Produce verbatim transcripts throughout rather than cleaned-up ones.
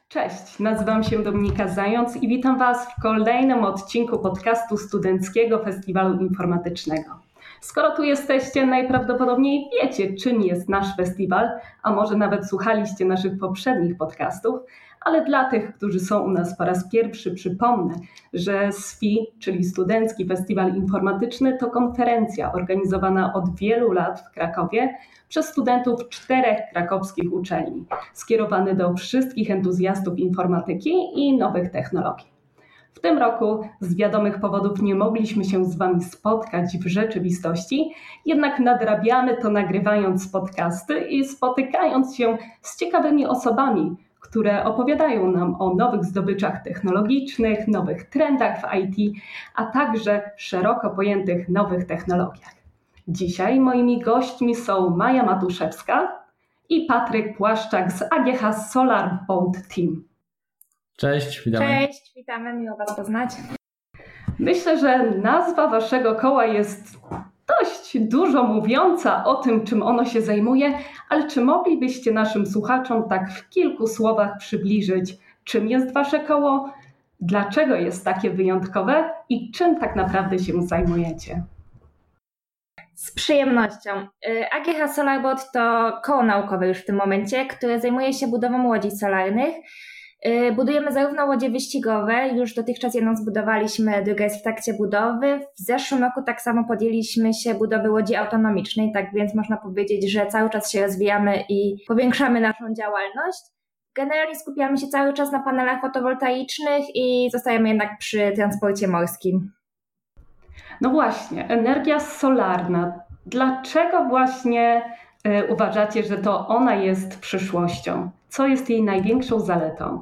Cześć, nazywam się Dominika Zając i witam Was w kolejnym odcinku podcastu Studenckiego Festiwalu Informatycznego. Skoro tu jesteście, najprawdopodobniej wiecie, czym jest nasz festiwal, a może nawet słuchaliście naszych poprzednich podcastów, ale dla tych, którzy są u nas po raz pierwszy, przypomnę, że S F I, czyli Studencki Festiwal Informatyczny, to konferencja organizowana od wielu lat w Krakowie przez studentów czterech krakowskich uczelni, skierowany do wszystkich entuzjastów informatyki i nowych technologii. W tym roku z wiadomych powodów nie mogliśmy się z Wami spotkać w rzeczywistości, jednak nadrabiamy to nagrywając podcasty i spotykając się z ciekawymi osobami, które opowiadają nam o nowych zdobyczach technologicznych, nowych trendach w I T, a także szeroko pojętych nowych technologiach. Dzisiaj moimi gośćmi są Maja Matuszewska i Patryk Płaszczak z A G H Solar Boat Team. Cześć, witamy. Cześć, witamy, miło Was poznać. Myślę, że nazwa Waszego koła jest dość dużo mówiąca o tym, czym ono się zajmuje, ale czy moglibyście naszym słuchaczom tak w kilku słowach przybliżyć, czym jest Wasze koło, dlaczego jest takie wyjątkowe i czym tak naprawdę się zajmujecie? Z przyjemnością. A G H SolarBot to koło naukowe już w tym momencie, które zajmuje się budową łodzi solarnych. Budujemy zarówno łodzie wyścigowe, już dotychczas jedną zbudowaliśmy, druga jest w trakcie budowy. W zeszłym roku tak samo podjęliśmy się budowy łodzi autonomicznej, tak więc można powiedzieć, że cały czas się rozwijamy i powiększamy naszą działalność. Generalnie skupiamy się cały czas na panelach fotowoltaicznych i zostajemy jednak przy transporcie morskim. No właśnie, energia solarna. Dlaczego właśnie y, uważacie, że to ona jest przyszłością? Co jest jej największą zaletą?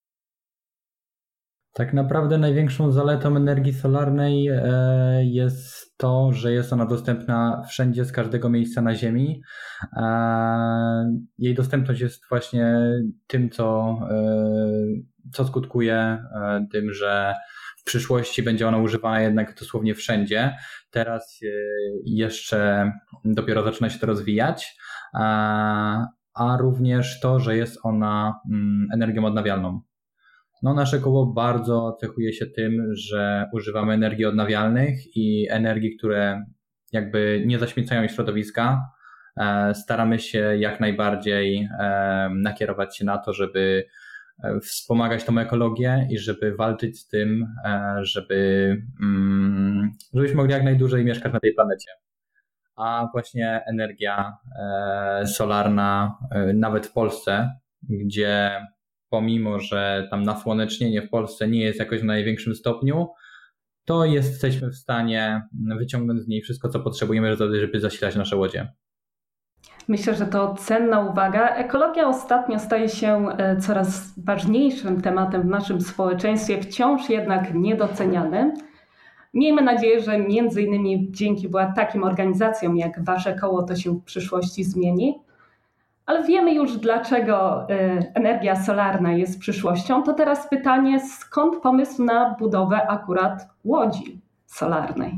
Tak naprawdę największą zaletą energii solarnej jest to, że jest ona dostępna wszędzie, z każdego miejsca na Ziemi. Jej dostępność jest właśnie tym, co, co skutkuje tym, że w przyszłości będzie ona używana jednak dosłownie wszędzie. Teraz jeszcze dopiero zaczyna się to rozwijać, a również to, że jest ona energią odnawialną. No, nasze koło bardzo cechuje się tym, że używamy energii odnawialnych i energii, które jakby nie zaśmiecają środowiska. Staramy się jak najbardziej nakierować się na to, żeby wspomagać tą ekologię i żeby walczyć z tym, żeby, żebyśmy mogli jak najdłużej mieszkać na tej planecie. A właśnie energia solarna, nawet w Polsce, gdzie pomimo, że tam nasłonecznienie w Polsce nie jest jakoś w największym stopniu, to jesteśmy w stanie wyciągnąć z niej wszystko, co potrzebujemy, żeby zasilać nasze łodzie. Myślę, że to cenna uwaga. Ekologia ostatnio staje się coraz ważniejszym tematem w naszym społeczeństwie, wciąż jednak niedocenianym. Miejmy nadzieję, że między innymi dzięki takim organizacjom jak Wasze koło to się w przyszłości zmieni. Ale wiemy już, dlaczego energia solarna jest przyszłością. To teraz pytanie, skąd pomysł na budowę akurat łodzi solarnej?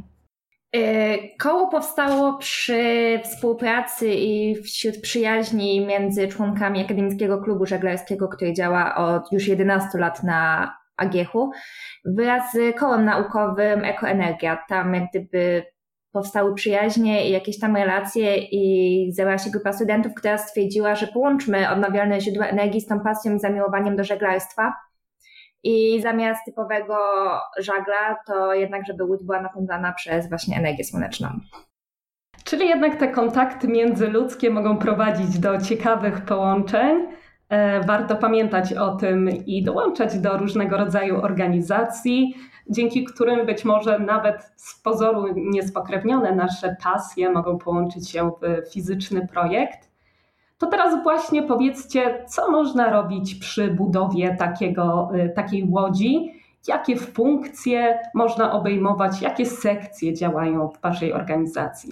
Koło powstało przy współpracy i wśród przyjaźni między członkami Akademickiego Klubu Żeglarskiego, który działa od już jedenastu lat na A G H-u, wraz z kołem naukowym Ekoenergia. Tam jak gdyby powstały przyjaźnie i jakieś tam relacje i zebrała się grupa studentów, która stwierdziła, że połączmy odnawialne źródła energii z tą pasją i zamiłowaniem do żeglarstwa. I zamiast typowego żagla, to jednak, żeby łódź była napędzana przez właśnie energię słoneczną. Czyli jednak te kontakty międzyludzkie mogą prowadzić do ciekawych połączeń. Warto pamiętać o tym i dołączać do różnego rodzaju organizacji, dzięki którym być może nawet z pozoru niespokrewnione nasze pasje mogą połączyć się w fizyczny projekt. To teraz właśnie powiedzcie, co można robić przy budowie takiego, takiej łodzi, jakie funkcje można obejmować, jakie sekcje działają w Waszej organizacji?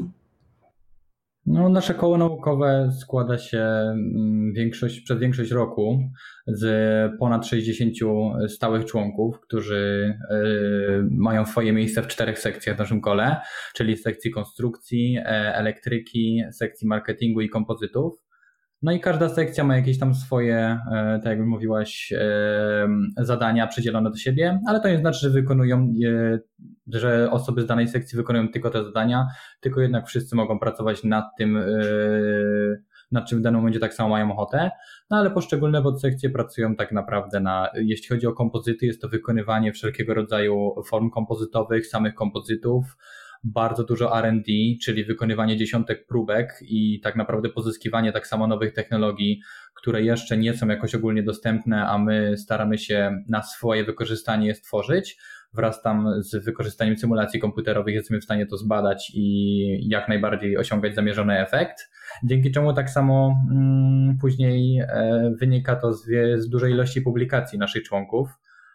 No, nasze koło naukowe składa się większość, przez większość roku z ponad sześćdziesięciu stałych członków, którzy mają swoje miejsce w czterech sekcjach w naszym kole, czyli sekcji konstrukcji, elektryki, sekcji marketingu i kompozytów. No i każda sekcja ma jakieś tam swoje, tak jak mówiłaś, zadania przydzielone do siebie, ale to nie znaczy, że wykonują, że osoby z danej sekcji wykonują tylko te zadania, tylko jednak wszyscy mogą pracować nad tym, nad czym w danym momencie tak samo mają ochotę, no ale poszczególne podsekcje pracują tak naprawdę na, jeśli chodzi o kompozyty, jest to wykonywanie wszelkiego rodzaju form kompozytowych, samych kompozytów, bardzo dużo R and D, czyli wykonywanie dziesiątek próbek i tak naprawdę pozyskiwanie tak samo nowych technologii, które jeszcze nie są jakoś ogólnie dostępne, a my staramy się na swoje wykorzystanie je stworzyć. Wraz tam z wykorzystaniem symulacji komputerowych jesteśmy w stanie to zbadać i jak najbardziej osiągać zamierzony efekt, dzięki czemu tak samo mm, później e, wynika to z, z dużej ilości publikacji naszych członków.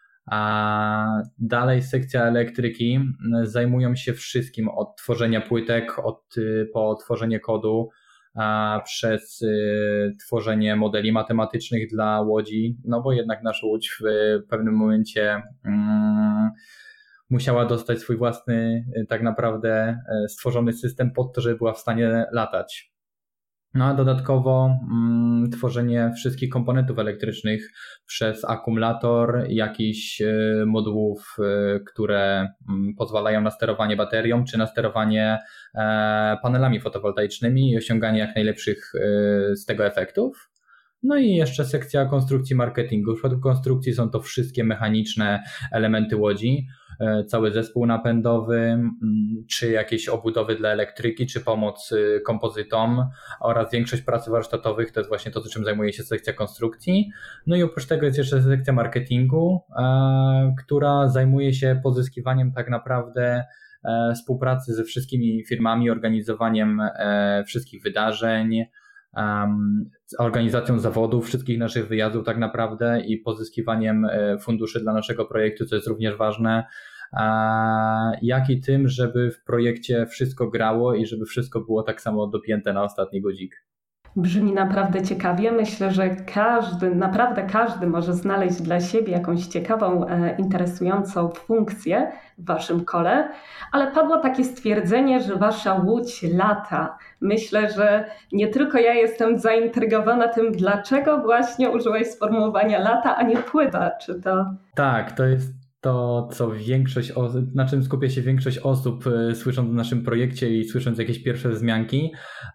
A dalej sekcja elektryki zajmują się wszystkim od tworzenia płytek, od, po tworzenie kodu, a przez y, tworzenie modeli matematycznych dla łodzi, no bo jednak nasza łódź w pewnym momencie mm, musiała dostać swój własny y, tak naprawdę y, stworzony system pod to, żeby była w stanie latać. No a dodatkowo mm, tworzenie wszystkich komponentów elektrycznych przez akumulator, jakichś y, modułów, y, które y, pozwalają na sterowanie baterią, czy na sterowanie y, panelami fotowoltaicznymi i osiąganie jak najlepszych y, z tego efektów. No i jeszcze sekcja konstrukcji marketingu. W przypadku konstrukcji są to wszystkie mechaniczne elementy łodzi, cały zespół napędowy, czy jakieś obudowy dla elektryki, czy pomoc kompozytom oraz większość pracy warsztatowych to jest właśnie to, czym zajmuje się sekcja konstrukcji. No i oprócz tego jest jeszcze sekcja marketingu, która zajmuje się pozyskiwaniem tak naprawdę współpracy ze wszystkimi firmami, organizowaniem wszystkich wydarzeń, Um, organizacją zawodów, wszystkich naszych wyjazdów tak naprawdę i pozyskiwaniem funduszy dla naszego projektu, co jest również ważne, a, jak i tym, żeby w projekcie wszystko grało i żeby wszystko było tak samo dopięte na ostatni guzik. Brzmi naprawdę ciekawie. Myślę, że każdy, naprawdę każdy może znaleźć dla siebie jakąś ciekawą, e, interesującą funkcję w waszym kole, ale padło takie stwierdzenie, że wasza łódź lata. Myślę, że nie tylko ja jestem zaintrygowana tym, dlaczego właśnie użyłeś sformułowania lata, a nie pływa. Czy to... Tak, to jest to, co większość osób, na czym skupia się większość osób, słysząc o naszym projekcie i słysząc jakieś pierwsze wzmianki.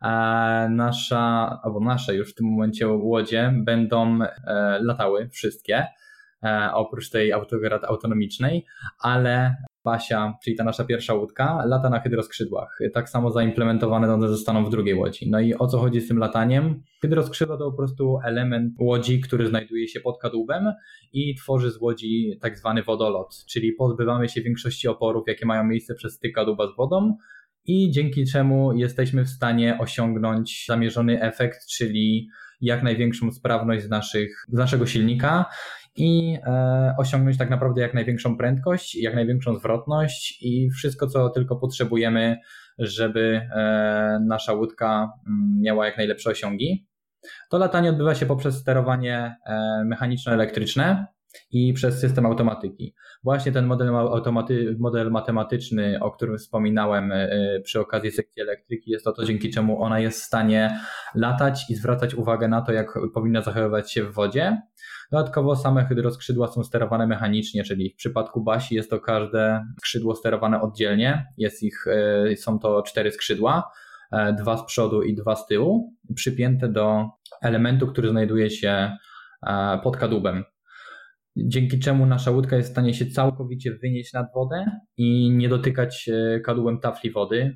Nasza, albo nasze już w tym momencie łodzie będą latały wszystkie, oprócz tej autonomicznej, ale Basia, czyli ta nasza pierwsza łódka, lata na hydroskrzydłach. Tak samo zaimplementowane one zostaną w drugiej łodzi. No i o co chodzi z tym lataniem? Hydroskrzydło to po prostu element łodzi, który znajduje się pod kadłubem i tworzy z łodzi tak zwany wodolot, czyli pozbywamy się większości oporów, jakie mają miejsce przez styk kadłuba z wodą i dzięki czemu jesteśmy w stanie osiągnąć zamierzony efekt, czyli jak największą sprawność z, naszych, z naszego silnika i e, osiągnąć tak naprawdę jak największą prędkość, jak największą zwrotność i wszystko, co tylko potrzebujemy, żeby e, nasza łódka miała jak najlepsze osiągi. To latanie odbywa się poprzez sterowanie e, mechaniczno-elektryczne i przez system automatyki. Właśnie ten model, automaty, model matematyczny, o którym wspominałem e, przy okazji sekcji elektryki, jest to, to, dzięki czemu ona jest w stanie latać i zwracać uwagę na to, jak powinna zachowywać się w wodzie. Dodatkowo same hydroskrzydła są sterowane mechanicznie, czyli w przypadku Basi jest to każde skrzydło sterowane oddzielnie. Jest ich, są to cztery skrzydła, dwa z przodu i dwa z tyłu, przypięte do elementu, który znajduje się pod kadłubem. Dzięki czemu nasza łódka jest w stanie się całkowicie wynieść nad wodę i nie dotykać kadłubem tafli wody.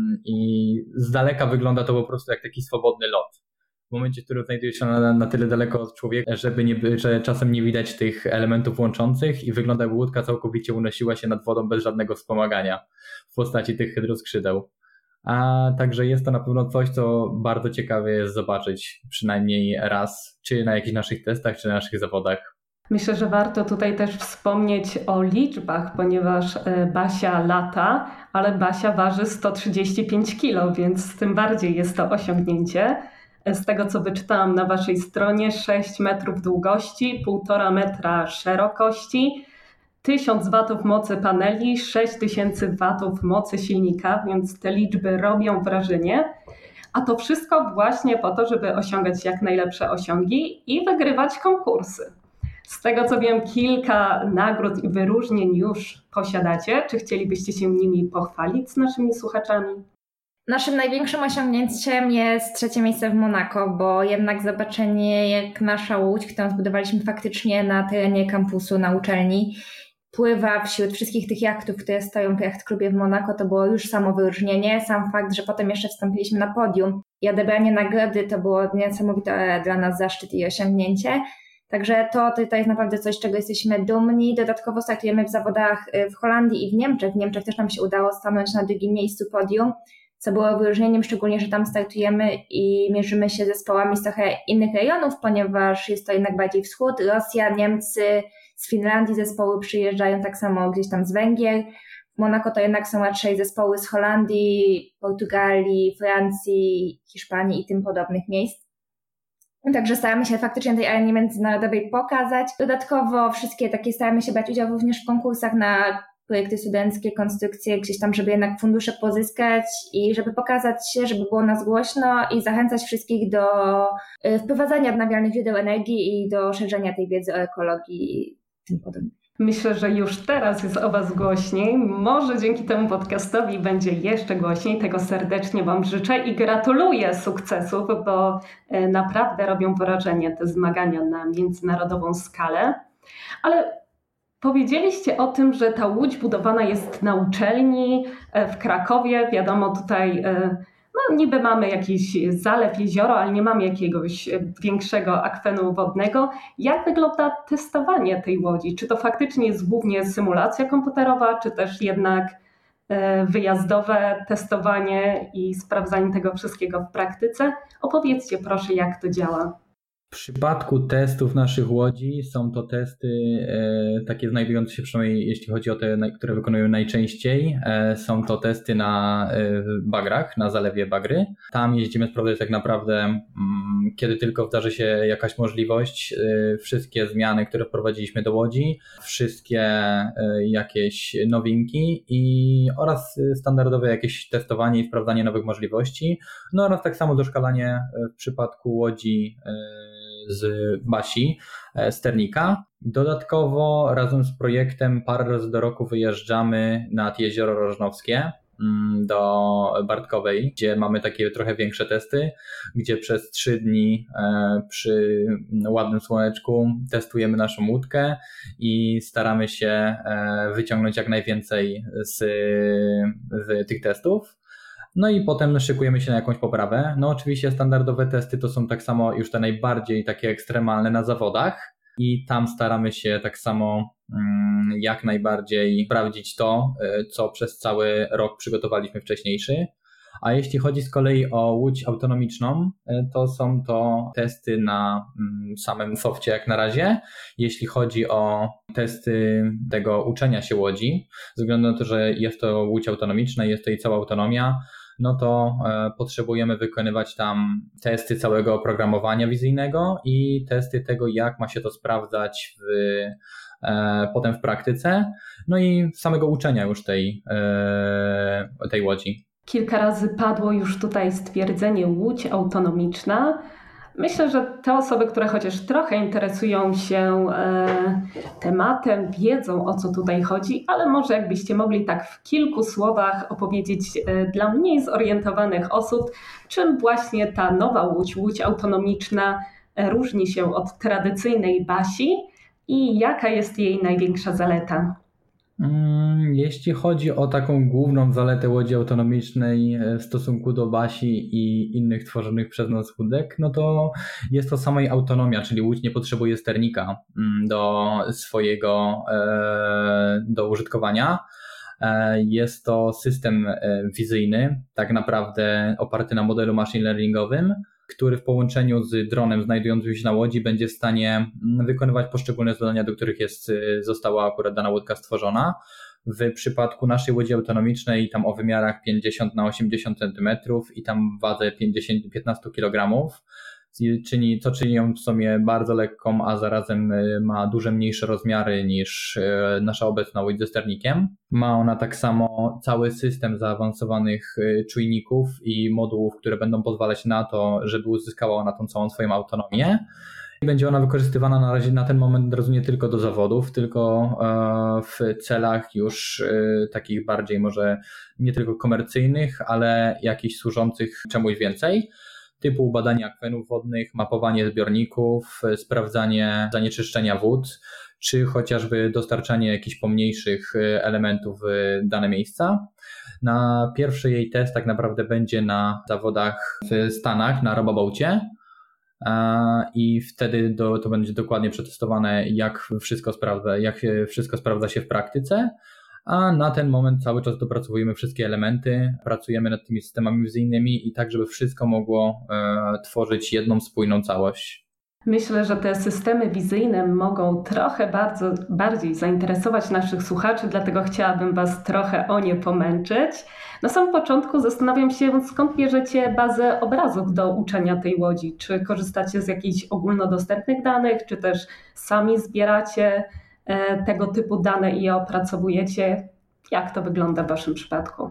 I z daleka wygląda to po prostu jak taki swobodny lot. W momencie, w którym znajduje się na, na tyle daleko od człowieka, żeby nie, że czasem nie widać tych elementów łączących i wygląda, jakby łódka całkowicie unosiła się nad wodą bez żadnego wspomagania w postaci tych hydroskrzydeł. A także jest to na pewno coś, co bardzo ciekawe jest zobaczyć przynajmniej raz, czy na jakichś naszych testach, czy na naszych zawodach. Myślę, że warto tutaj też wspomnieć o liczbach, ponieważ Basia lata, ale Basia waży sto trzydzieści pięć kilo, więc tym bardziej jest to osiągnięcie. Z tego, co wyczytałam na waszej stronie, sześć metrów długości, półtora metra szerokości, tysiąc watów mocy paneli, sześć tysięcy watów mocy silnika, więc te liczby robią wrażenie. A to wszystko właśnie po to, żeby osiągać jak najlepsze osiągi i wygrywać konkursy. Z tego co wiem, kilka nagród i wyróżnień już posiadacie. Czy chcielibyście się nimi pochwalić z naszymi słuchaczami? Naszym największym osiągnięciem jest trzecie miejsce w Monako, bo jednak zobaczenie, jak nasza łódź, którą zbudowaliśmy faktycznie na terenie kampusu, na uczelni, pływa wśród wszystkich tych jachtów, które stoją w jachtklubie w Monako, to było już samo wyróżnienie. Sam fakt, że potem jeszcze wstąpiliśmy na podium i odebranie nagrody, to było niesamowite dla nas zaszczyt i osiągnięcie. Także to, to jest naprawdę coś, z czego jesteśmy dumni. Dodatkowo startujemy w zawodach w Holandii i w Niemczech. W Niemczech też nam się udało stanąć na drugim miejscu podium, co było wyróżnieniem, szczególnie, że tam startujemy i mierzymy się z zespołami z trochę innych rejonów, ponieważ jest to jednak bardziej wschód. Rosja, Niemcy, z Finlandii zespoły przyjeżdżają, tak samo gdzieś tam z Węgier. W Monako to jednak są raczej zespoły z Holandii, Portugalii, Francji, Hiszpanii i tym podobnych miejsc. Także staramy się faktycznie tej arenie międzynarodowej pokazać. Dodatkowo wszystkie takie staramy się brać udział również w konkursach na projekty studenckie, konstrukcje, gdzieś tam, żeby jednak fundusze pozyskać i żeby pokazać się, żeby było nas głośno i zachęcać wszystkich do wprowadzania odnawialnych źródeł energii i do szerzenia tej wiedzy o ekologii i tym podobnym. Myślę, że już teraz jest o Was głośniej. Może dzięki temu podcastowi będzie jeszcze głośniej. Tego serdecznie Wam życzę i gratuluję sukcesów, bo naprawdę robią wrażenie te zmagania na międzynarodową skalę. Ale powiedzieliście o tym, że ta łódź budowana jest na uczelni w Krakowie. Wiadomo, tutaj no, niby mamy jakiś zalew, jezioro, ale nie mamy jakiegoś większego akwenu wodnego. Jak wygląda testowanie tej łodzi? Czy to faktycznie jest głównie symulacja komputerowa, czy też jednak wyjazdowe testowanie i sprawdzanie tego wszystkiego w praktyce? Opowiedzcie proszę, jak to działa. W przypadku testów naszych łodzi są to testy e, takie znajdujące się, przynajmniej jeśli chodzi o te, które wykonujemy najczęściej, e, są to testy na e, bagrach, na zalewie Bagry. Tam jeździmy sprawdzać tak naprawdę, m, kiedy tylko zdarzy się jakaś możliwość, e, wszystkie zmiany, które wprowadziliśmy do łodzi, wszystkie e, jakieś nowinki i oraz standardowe jakieś testowanie i sprawdzanie nowych możliwości, no oraz tak samo doszkalanie w przypadku łodzi e, z Basi, sternika. Dodatkowo razem z projektem parę razy do roku wyjeżdżamy nad Jezioro Rożnowskie do Bartkowej, gdzie mamy takie trochę większe testy, gdzie przez trzy dni przy ładnym słoneczku testujemy naszą łódkę i staramy się wyciągnąć jak najwięcej z, z tych testów. No i potem szykujemy się na jakąś poprawę. No oczywiście standardowe testy to są tak samo już te najbardziej takie ekstremalne na zawodach i tam staramy się tak samo mm, jak najbardziej sprawdzić to, co przez cały rok przygotowaliśmy wcześniejszy. A jeśli chodzi z kolei o łódź autonomiczną, to są to testy na samym softie jak na razie. Jeśli chodzi o testy tego uczenia się łodzi, ze względu na to, że jest to łódź autonomiczna, jest to jej cała autonomia, no to e, potrzebujemy wykonywać tam testy całego oprogramowania wizyjnego i testy tego, jak ma się to sprawdzać w, e, potem w praktyce, no i samego uczenia już tej, e, tej łodzi. Kilka razy padło już tutaj stwierdzenie łódź autonomiczna. Myślę, że te osoby, które chociaż trochę interesują się e, tematem, wiedzą, o co tutaj chodzi, ale może jakbyście mogli tak w kilku słowach opowiedzieć e, dla mniej zorientowanych osób, czym właśnie ta nowa łódź, łódź autonomiczna e, różni się od tradycyjnej Basi i jaka jest jej największa zaleta? Jeśli chodzi o taką główną zaletę łodzi autonomicznej w stosunku do Basi i innych tworzonych przez nas łódek, no to jest to sama jej autonomia, czyli łódź nie potrzebuje sternika do swojego do użytkowania. Jest to system wizyjny, tak naprawdę oparty na modelu machine learningowym, który w połączeniu z dronem znajdującym się na łodzi będzie w stanie wykonywać poszczególne zadania, do których jest, została akurat dana łódka stworzona. W przypadku naszej łodzi autonomicznej tam o wymiarach pięćdziesiąt na osiemdziesiąt centymetrów i tam wadze pięćdziesiąt do piętnastu kilogramów czyni, co czyni ją w sumie bardzo lekką, a zarazem ma dużo mniejsze rozmiary niż nasza obecna łódź ze sternikiem. Ma ona tak samo cały system zaawansowanych czujników i modułów, które będą pozwalać na to, żeby uzyskała ona tą całą swoją autonomię. Będzie ona wykorzystywana na razie na ten moment od razu nie tylko do zawodów, tylko w celach już takich bardziej może nie tylko komercyjnych, ale jakichś służących czemuś więcej, typu badanie akwenów wodnych, mapowanie zbiorników, sprawdzanie zanieczyszczenia wód, czy chociażby dostarczanie jakichś pomniejszych elementów w dane miejsca. Na pierwszy jej test tak naprawdę będzie na zawodach w Stanach, na roboboacie. I wtedy do, to będzie dokładnie przetestowane, jak wszystko sprawdza, jak wszystko sprawdza się w praktyce, a na ten moment cały czas dopracowujemy wszystkie elementy, pracujemy nad tymi systemami wizyjnymi i tak, żeby wszystko mogło e, tworzyć jedną spójną całość. Myślę, że te systemy wizyjne mogą trochę bardzo, bardziej zainteresować naszych słuchaczy, dlatego chciałabym Was trochę o nie pomęczyć. Na samym początku zastanawiam się, skąd bierzecie bazę obrazów do uczenia tej łodzi? Czy korzystacie z jakichś ogólnodostępnych danych, czy też sami zbieracie tego typu dane i je opracowujecie? Jak to wygląda w Waszym przypadku?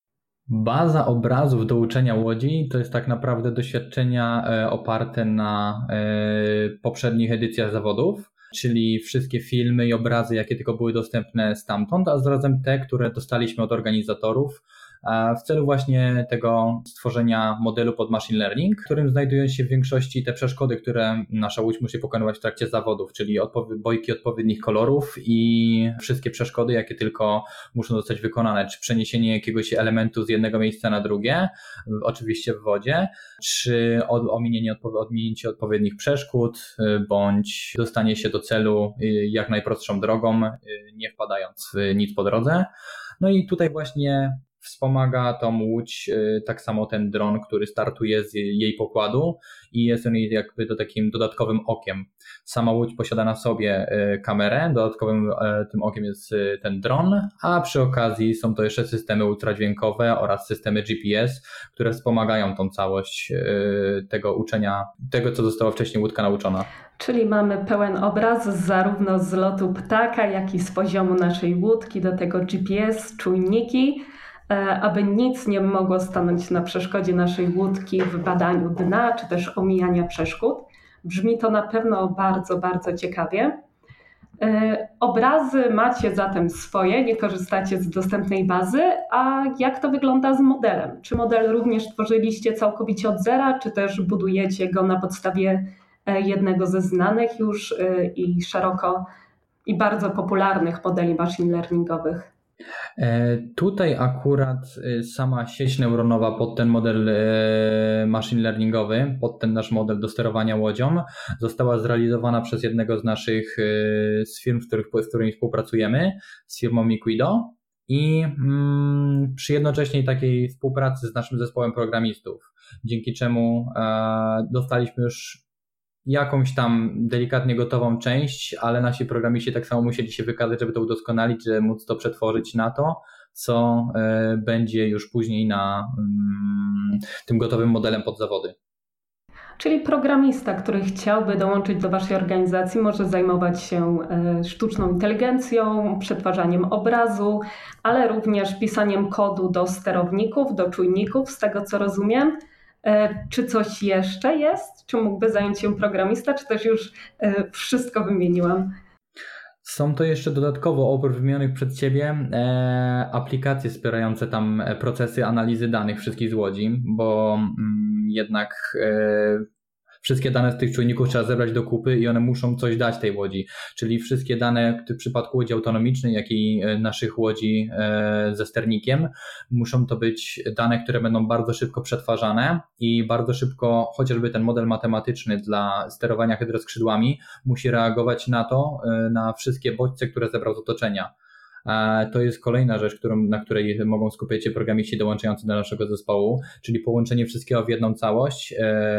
Baza obrazów do uczenia łodzi to jest tak naprawdę doświadczenia oparte na poprzednich edycjach zawodów, czyli wszystkie filmy i obrazy, jakie tylko były dostępne stamtąd, a zarazem te, które dostaliśmy od organizatorów w celu właśnie tego stworzenia modelu pod machine learning, w którym znajdują się w większości te przeszkody, które nasza łódź musi pokonywać w trakcie zawodów, czyli odpow- bojki odpowiednich kolorów i wszystkie przeszkody, jakie tylko muszą zostać wykonane, czy przeniesienie jakiegoś elementu z jednego miejsca na drugie, oczywiście w wodzie, czy ominięcie, odpo- ominięcie odpowiednich przeszkód, bądź dostanie się do celu jak najprostszą drogą, nie wpadając w nic po drodze. No i tutaj właśnie wspomaga tą łódź tak samo ten dron, który startuje z jej pokładu i jest on jakby to takim dodatkowym okiem. Sama łódź posiada na sobie kamerę, dodatkowym tym okiem jest ten dron, a przy okazji są to jeszcze systemy ultradźwiękowe oraz systemy G P S, które wspomagają tą całość tego uczenia, tego co została wcześniej łódka nauczona. Czyli mamy pełen obraz zarówno z lotu ptaka, jak i z poziomu naszej łódki, do tego G P S, czujniki, aby nic nie mogło stanąć na przeszkodzie naszej łódki w badaniu dna, czy też omijania przeszkód. Brzmi to na pewno bardzo, bardzo ciekawie. Obrazy macie zatem swoje, nie korzystacie z dostępnej bazy, a jak to wygląda z modelem? Czy model również tworzyliście całkowicie od zera, czy też budujecie go na podstawie jednego ze znanych już i szeroko i bardzo popularnych modeli machine learningowych? Tutaj akurat sama sieć neuronowa pod ten model machine learningowy, pod ten nasz model do sterowania łodzią została zrealizowana przez jednego z naszych z firm, z, których, z którymi współpracujemy, z firmą Miquido i mm, przy jednocześnie takiej współpracy z naszym zespołem programistów, dzięki czemu e, dostaliśmy już jakąś tam delikatnie gotową część, ale nasi programiści tak samo musieli się wykazać, żeby to udoskonalić, żeby móc to przetworzyć na to, co y, będzie już później na y, tym gotowym modelem pod zawody. Czyli programista, który chciałby dołączyć do Waszej organizacji, może zajmować się y, sztuczną inteligencją, przetwarzaniem obrazu, ale również pisaniem kodu do sterowników, do czujników, z tego co rozumiem. Czy coś jeszcze jest? Czy mógłby zająć się programista, czy też już wszystko wymieniłam? Są to jeszcze dodatkowo, oprócz wymienionych przez Ciebie, e, aplikacje wspierające tam procesy analizy danych wszystkich z łodzi, bo mm, jednak e, wszystkie dane z tych czujników trzeba zebrać do kupy i one muszą coś dać tej łodzi, czyli wszystkie dane w przypadku łodzi autonomicznej, jak i naszych łodzi ze sternikiem, muszą to być dane, które będą bardzo szybko przetwarzane i bardzo szybko, chociażby ten model matematyczny dla sterowania hydroskrzydłami musi reagować na to, na wszystkie bodźce, które zebrał z otoczenia. To jest kolejna rzecz, którą, na której mogą skupiać się programiści dołączający do naszego zespołu, czyli połączenie wszystkiego w jedną całość.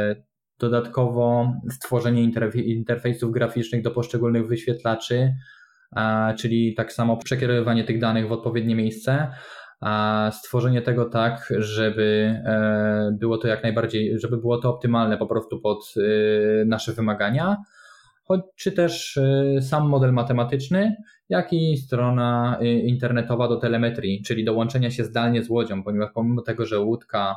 Dodatkowo stworzenie interfejsów graficznych do poszczególnych wyświetlaczy, czyli tak samo przekierowywanie tych danych w odpowiednie miejsce, a stworzenie tego tak, żeby było to jak najbardziej, żeby było to optymalne po prostu pod nasze wymagania, choć czy też sam model matematyczny, jak i strona internetowa do telemetrii, czyli do łączenia się zdalnie z łodzią, ponieważ pomimo tego, że łódka,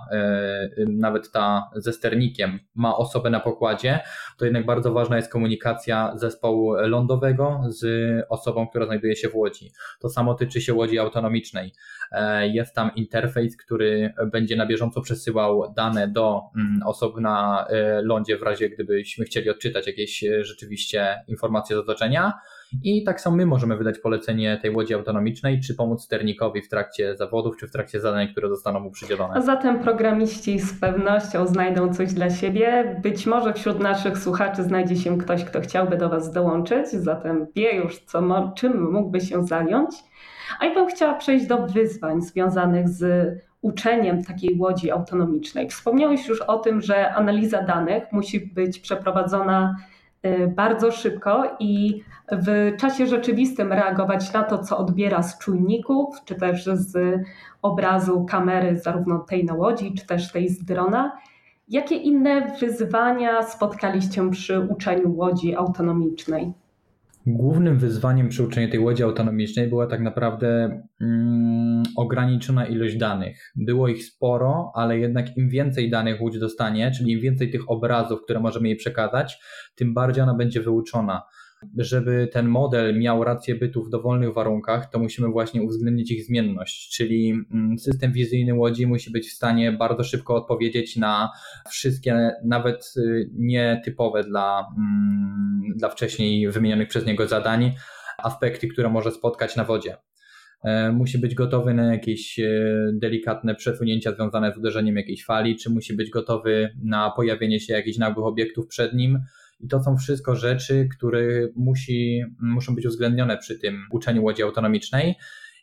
nawet ta ze sternikiem, ma osobę na pokładzie, to jednak bardzo ważna jest komunikacja zespołu lądowego z osobą, która znajduje się w łodzi. To samo tyczy się łodzi autonomicznej. Jest tam interfejs, który będzie na bieżąco przesyłał dane do osób na lądzie w razie gdybyśmy chcieli odczytać jakieś rzeczywiście informacje z otoczenia. I tak samo my możemy wydać polecenie tej łodzi autonomicznej, czy pomóc sternikowi w trakcie zawodów, czy w trakcie zadań, które zostaną mu przydzielone. A zatem programiści z pewnością znajdą coś dla siebie. Być może wśród naszych słuchaczy znajdzie się ktoś, kto chciałby do Was dołączyć, zatem wie już, co, czym mógłby się zająć. A ja bym chciała przejść do wyzwań związanych z uczeniem takiej łodzi autonomicznej. Wspomniałeś już o tym, że analiza danych musi być przeprowadzona bardzo szybko i w czasie rzeczywistym reagować na to, co odbiera z czujników, czy też z obrazu kamery, zarówno tej na łodzi, czy też tej z drona. Jakie inne wyzwania spotkaliście przy uczeniu łodzi autonomicznej? Głównym wyzwaniem przy uczeniu tej łodzi autonomicznej była tak naprawdę mm, ograniczona ilość danych. Było ich sporo, ale jednak im więcej danych łódź dostanie, czyli im więcej tych obrazów, które możemy jej przekazać, tym bardziej ona będzie wyuczona. Żeby ten model miał rację bytu w dowolnych warunkach, to musimy właśnie uwzględnić ich zmienność, czyli system wizyjny łodzi musi być w stanie bardzo szybko odpowiedzieć na wszystkie, nawet nietypowe dla, dla wcześniej wymienionych przez niego zadań, aspekty, które może spotkać na wodzie. Musi być gotowy na jakieś delikatne przesunięcia związane z uderzeniem jakiejś fali, czy musi być gotowy na pojawienie się jakichś nagłych obiektów przed nim. I to są wszystko rzeczy, które musi, muszą być uwzględnione przy tym uczeniu łodzi autonomicznej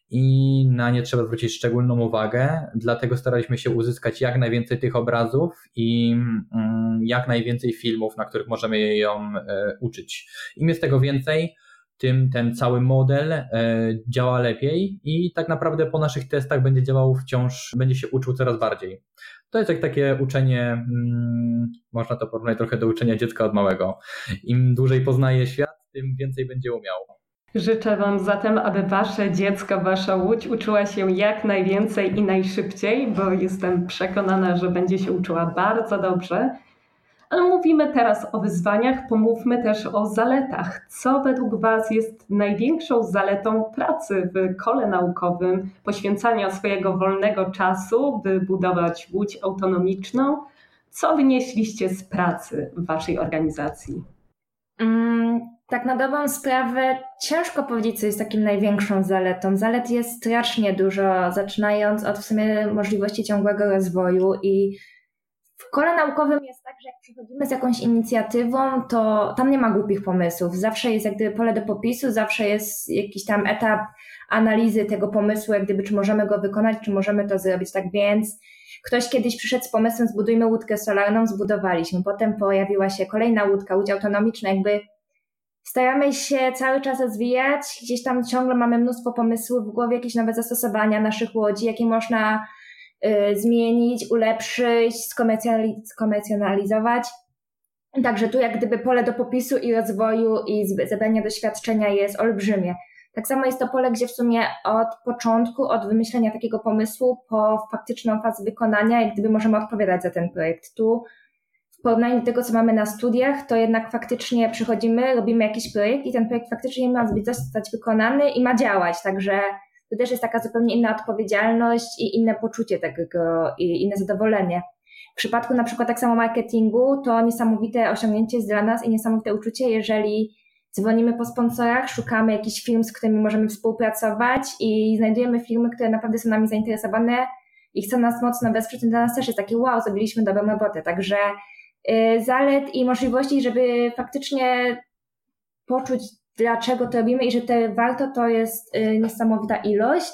i na nie trzeba zwrócić szczególną uwagę, dlatego staraliśmy się uzyskać jak najwięcej tych obrazów i jak najwięcej filmów, na których możemy ją uczyć. Im jest tego więcej, tym ten cały model działa lepiej i tak naprawdę po naszych testach będzie działał wciąż, będzie się uczył coraz bardziej. To jest jak takie uczenie, hmm, można to porównać trochę do uczenia dziecka od małego. Im dłużej poznaje świat, tym więcej będzie umiał. Życzę Wam zatem, aby Wasze dziecko, Wasza łódź uczyła się jak najwięcej i najszybciej, bo jestem przekonana, że będzie się uczyła bardzo dobrze. Ale mówimy teraz o wyzwaniach, pomówmy też o zaletach. Co według Was jest największą zaletą pracy w kole naukowym, poświęcania swojego wolnego czasu, by budować łódź autonomiczną? Co wynieśliście z pracy w Waszej organizacji? Mm, tak na dobrą sprawę ciężko powiedzieć, co jest takim największą zaletą. Zalet jest strasznie dużo, zaczynając od w sumie możliwości ciągłego rozwoju i w kole naukowym jest tak, że jak przychodzimy z jakąś inicjatywą, to tam nie ma głupich pomysłów. Zawsze jest jak gdyby pole do popisu, zawsze jest jakiś tam etap analizy tego pomysłu, jak gdyby czy możemy go wykonać, czy możemy to zrobić. Tak więc ktoś kiedyś przyszedł z pomysłem, zbudujmy łódkę solarną, zbudowaliśmy. Potem pojawiła się kolejna łódka, łódź autonomiczna, jakby staramy się cały czas rozwijać, gdzieś tam ciągle mamy mnóstwo pomysłów w głowie, jakieś nowe zastosowania naszych łodzi, jakie można zmienić, ulepszyć, skomercjaliz- skomercjonalizować. Także tu jak gdyby pole do popisu i rozwoju i zebrania doświadczenia jest olbrzymie. Tak samo jest to pole, gdzie w sumie od początku, od wymyślenia takiego pomysłu po faktyczną fazę wykonania, jak gdyby możemy odpowiadać za ten projekt. Tu w porównaniu do tego, co mamy na studiach, to jednak faktycznie przychodzimy, robimy jakiś projekt i ten projekt faktycznie ma zostać wykonany i ma działać. Także to też jest taka zupełnie inna odpowiedzialność i inne poczucie tego, i inne zadowolenie. W przypadku na przykład tak samo marketingu, to niesamowite osiągnięcie jest dla nas i niesamowite uczucie, jeżeli dzwonimy po sponsorach, szukamy jakichś firm, z którymi możemy współpracować i znajdujemy firmy, które naprawdę są nami zainteresowane i chcą nas mocno wesprzeć. Dla nas też jest takie wow, zrobiliśmy dobrą robotę. Także yy, zalet i możliwości, żeby faktycznie poczuć, dlaczego to robimy i że te warto, to jest y, niesamowita ilość,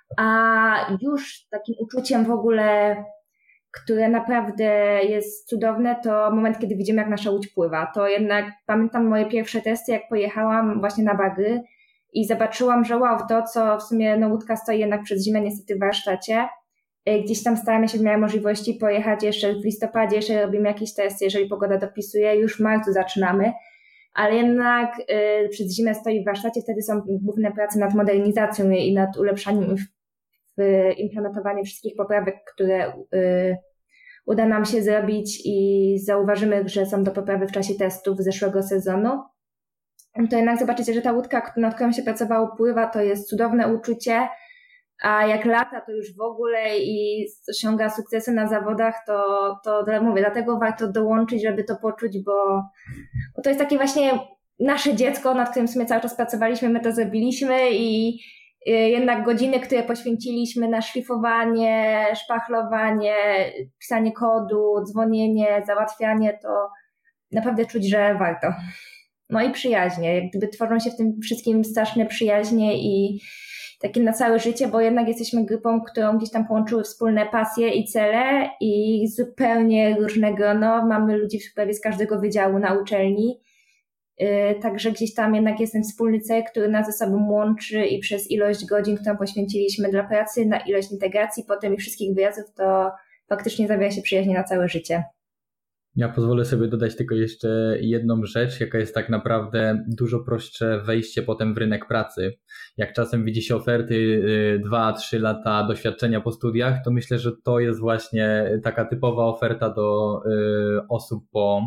a już takim uczuciem w ogóle, które naprawdę jest cudowne, to moment, kiedy widzimy, jak nasza łódź pływa. To jednak pamiętam moje pierwsze testy, jak pojechałam właśnie na bagry i zobaczyłam, że wow, to co w sumie no, łódka stoi jednak przez zimę niestety w warsztacie. Gdzieś tam staramy się w miarę możliwości pojechać jeszcze w listopadzie, jeszcze robimy jakieś testy, jeżeli pogoda dopisuje, już w marcu zaczynamy, ale jednak y, przez zimę stoi w warsztacie, wtedy są główne prace nad modernizacją i nad ulepszaniem w, w implementowaniem wszystkich poprawek, które y, uda nam się zrobić i zauważymy, że są do poprawy w czasie testów zeszłego sezonu. To jednak zobaczycie, że ta łódka, nad którą się pracowało, pływa, to jest cudowne uczucie, a jak lata to już w ogóle i osiąga sukcesy na zawodach, to, to, to mówię, dlatego warto dołączyć, żeby to poczuć, bo, bo to jest takie właśnie nasze dziecko, nad którym w sumie cały czas pracowaliśmy, my to zrobiliśmy i jednak godziny, które poświęciliśmy na szlifowanie, szpachlowanie, pisanie kodu, dzwonienie, załatwianie, to naprawdę czuć, że warto. No i przyjaźnie, jak gdyby tworzą się w tym wszystkim straszne przyjaźnie i takie na całe życie, bo jednak jesteśmy grupą, którą gdzieś tam połączyły wspólne pasje i cele i zupełnie różne grono. Mamy ludzi prawie z każdego wydziału na uczelni, yy, także gdzieś tam jednak jest ten wspólny cel, który nas ze sobą łączy i przez ilość godzin, którą poświęciliśmy dla pracy, na ilość integracji, potem i wszystkich wyjazdów, to faktycznie zawiera się przyjaźnie na całe życie. Ja pozwolę sobie dodać tylko jeszcze jedną rzecz, jaka jest tak naprawdę dużo prostsze wejście potem w rynek pracy. Jak czasem widzi się oferty dwa trzy lata doświadczenia po studiach, to myślę, że to jest właśnie taka typowa oferta do osób po,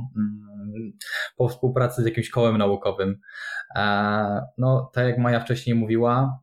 po współpracy z jakimś kołem naukowym. No, tak jak Maja wcześniej mówiła,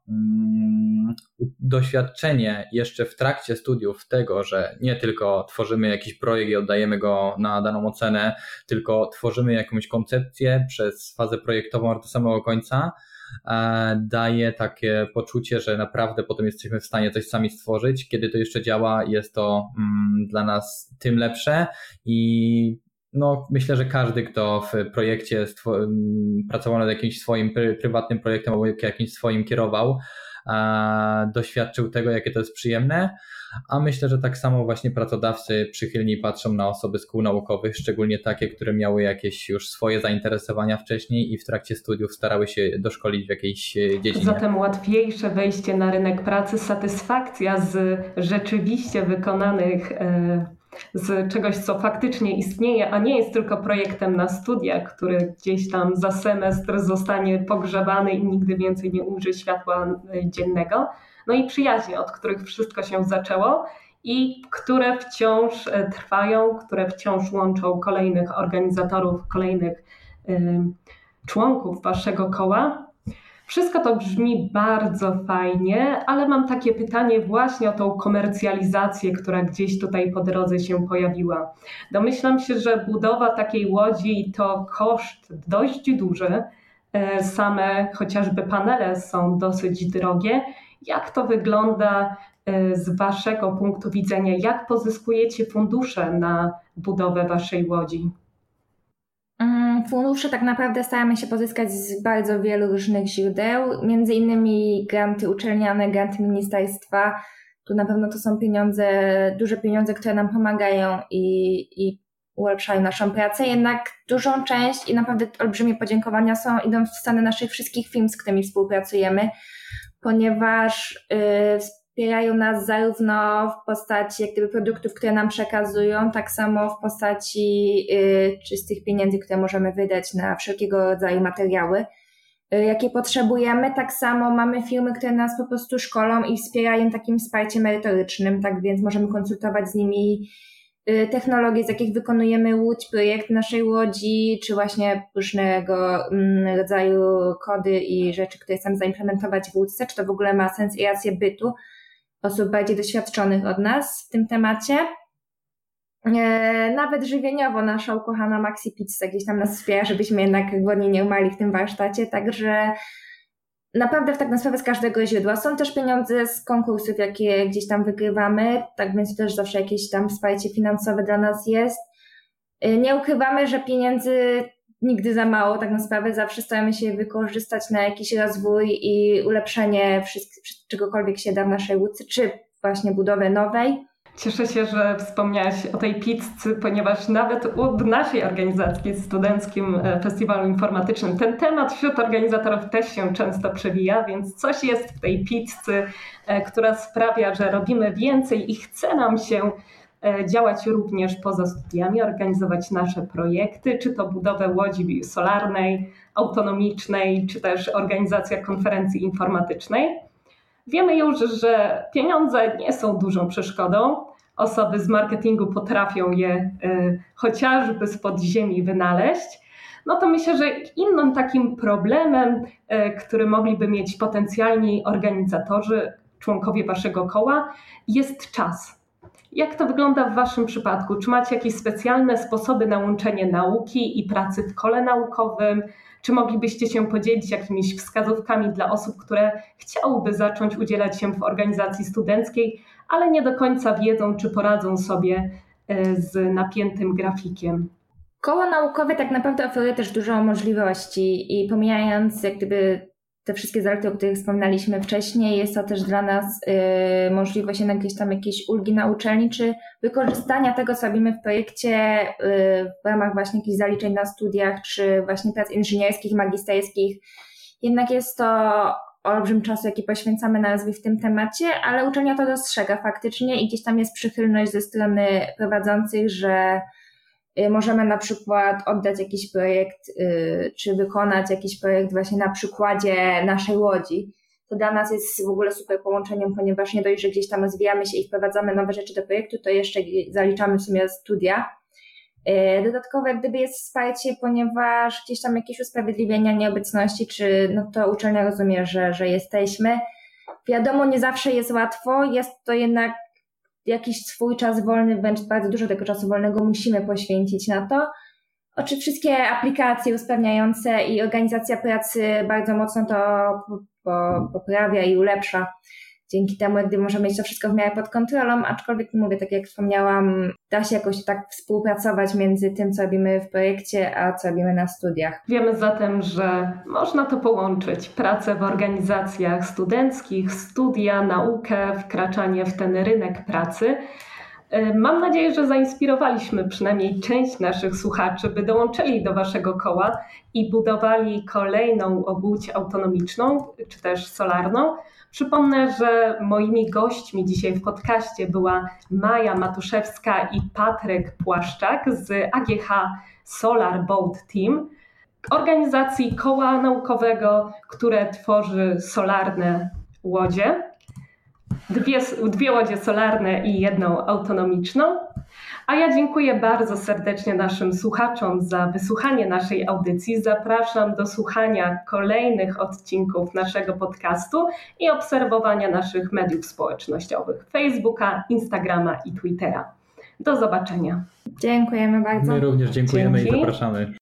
doświadczenie jeszcze w trakcie studiów tego, że nie tylko tworzymy jakiś projekt i oddajemy go na daną ocenę, tylko tworzymy jakąś koncepcję przez fazę projektową do samego końca, daje takie poczucie, że naprawdę potem jesteśmy w stanie coś sami stworzyć. Kiedy to jeszcze działa, jest to dla nas tym lepsze i no, myślę, że każdy, kto w projekcie stwo- pracował nad jakimś swoim pr- prywatnym projektem albo jakimś swoim kierował, a, doświadczył tego, jakie to jest przyjemne, a myślę, że tak samo właśnie pracodawcy przychylniej patrzą na osoby z kół naukowych, szczególnie takie, które miały jakieś już swoje zainteresowania wcześniej i w trakcie studiów starały się doszkolić w jakiejś dziedzinie. Zatem łatwiejsze wejście na rynek pracy, satysfakcja z rzeczywiście wykonanych e- z czegoś, co faktycznie istnieje, a nie jest tylko projektem na studiach, który gdzieś tam za semestr zostanie pogrzebany i nigdy więcej nie ujrzy światła dziennego. No i przyjaźnie, od których wszystko się zaczęło i które wciąż trwają, które wciąż łączą kolejnych organizatorów, kolejnych y, członków waszego koła. Wszystko to brzmi bardzo fajnie, ale mam takie pytanie właśnie o tą komercjalizację, która gdzieś tutaj po drodze się pojawiła. Domyślam się, że budowa takiej łodzi to koszt dość duży. Same chociażby panele są dosyć drogie. Jak to wygląda z waszego punktu widzenia? Jak pozyskujecie fundusze na budowę waszej łodzi? Fundusze tak naprawdę staramy się pozyskać z bardzo wielu różnych źródeł, między innymi granty uczelniane, granty ministerstwa. Tu na pewno to są pieniądze, duże pieniądze, które nam pomagają i, i ulepszają naszą pracę, jednak dużą część i naprawdę olbrzymie podziękowania są, idą w stronę naszych wszystkich firm, z którymi współpracujemy, ponieważ yy, wspierają nas zarówno w postaci jak gdyby produktów, które nam przekazują, tak samo w postaci y, czystych pieniędzy, które możemy wydać na wszelkiego rodzaju materiały, y, jakie potrzebujemy. Tak samo mamy firmy, które nas po prostu szkolą i wspierają takim wsparciem merytorycznym, tak więc możemy konsultować z nimi y, technologie, z jakich wykonujemy łódź, projekt naszej łodzi, czy właśnie różnego y, rodzaju kody i rzeczy, które chcemy zaimplementować w łódce, czy to w ogóle ma sens i rację bytu osób bardziej doświadczonych od nas w tym temacie. E, nawet żywieniowo nasza ukochana Maxi Pizza gdzieś tam nas wspiera, żebyśmy jednak głodnie nie umarli w tym warsztacie, także naprawdę w tak na sprawę z każdego źródła. Są też pieniądze z konkursów, jakie gdzieś tam wygrywamy, tak więc też zawsze jakieś tam wsparcie finansowe dla nas jest. E, nie ukrywamy, że pieniędzy nigdy za mało, tak na sprawę zawsze staramy się wykorzystać na jakiś rozwój i ulepszenie wszystkiego, czegokolwiek się da w naszej łódce, czy właśnie budowę nowej. Cieszę się, że wspomniałaś o tej pizzy, ponieważ nawet w naszej organizacji, Studenckim Festiwalu Informatycznym, ten temat wśród organizatorów też się często przewija, więc coś jest w tej pizzy, która sprawia, że robimy więcej i chce nam się działać również poza studiami, organizować nasze projekty, czy to budowę łodzi solarnej, autonomicznej, czy też organizacja konferencji informatycznej. Wiemy już, że pieniądze nie są dużą przeszkodą. Osoby z marketingu potrafią je y, chociażby z podziemi wynaleźć. No to myślę, że innym takim problemem, y, który mogliby mieć potencjalni organizatorzy, członkowie waszego koła, jest czas. Jak to wygląda w waszym przypadku? Czy macie jakieś specjalne sposoby na łączenie nauki i pracy w kole naukowym? Czy moglibyście się podzielić jakimiś wskazówkami dla osób, które chciałyby zacząć udzielać się w organizacji studenckiej, ale nie do końca wiedzą, czy poradzą sobie z napiętym grafikiem? Koło naukowe tak naprawdę oferuje też dużo możliwości i pomijając jak gdyby te wszystkie zalety, o których wspominaliśmy wcześniej, jest to też dla nas y, możliwość jednak gdzieś tam jakiejś ulgi na uczelni, czy wykorzystania tego, co robimy w projekcie y, w ramach właśnie jakichś zaliczeń na studiach, czy właśnie prac inżynierskich, magisterskich. Jednak jest to olbrzym czasu, jaki poświęcamy na rozwój w tym temacie, ale uczelnia to dostrzega faktycznie i gdzieś tam jest przychylność ze strony prowadzących, że możemy na przykład oddać jakiś projekt, czy wykonać jakiś projekt właśnie na przykładzie naszej łodzi. To dla nas jest w ogóle super połączeniem, ponieważ nie dość, że gdzieś tam rozwijamy się i wprowadzamy nowe rzeczy do projektu, to jeszcze zaliczamy w sumie studia. Dodatkowo jak gdyby jest wsparcie, ponieważ gdzieś tam jakieś usprawiedliwienia nieobecności, czy no to uczelnia rozumie, że, że jesteśmy. Wiadomo, nie zawsze jest łatwo, jest to jednak jakiś swój czas wolny, wręcz bardzo dużo tego czasu wolnego musimy poświęcić na to. Oczywiście wszystkie aplikacje usprawniające i organizacja pracy bardzo mocno to poprawia i ulepsza. Dzięki temu jak gdyby możemy mieć to wszystko w miarę pod kontrolą, aczkolwiek mówię, tak jak wspomniałam, da się jakoś tak współpracować między tym, co robimy w projekcie, a co robimy na studiach. Wiemy zatem, że można to połączyć, pracę w organizacjach studenckich, studia, naukę, wkraczanie w ten rynek pracy. Mam nadzieję, że zainspirowaliśmy przynajmniej część naszych słuchaczy, by dołączyli do waszego koła i budowali kolejną obudź autonomiczną, czy też solarną. Przypomnę, że moimi gośćmi dzisiaj w podcaście była Maja Matuszewska i Patryk Płaszczak z A G H Solar Boat Team, organizacji koła naukowego, które tworzy solarne łodzie, dwie, dwie łodzie solarne i jedną autonomiczną. A ja dziękuję bardzo serdecznie naszym słuchaczom za wysłuchanie naszej audycji. Zapraszam do słuchania kolejnych odcinków naszego podcastu i obserwowania naszych mediów społecznościowych: Facebooka, Instagrama i Twittera. Do zobaczenia. Dziękujemy bardzo. My również dziękujemy. Dzięki. I zapraszamy.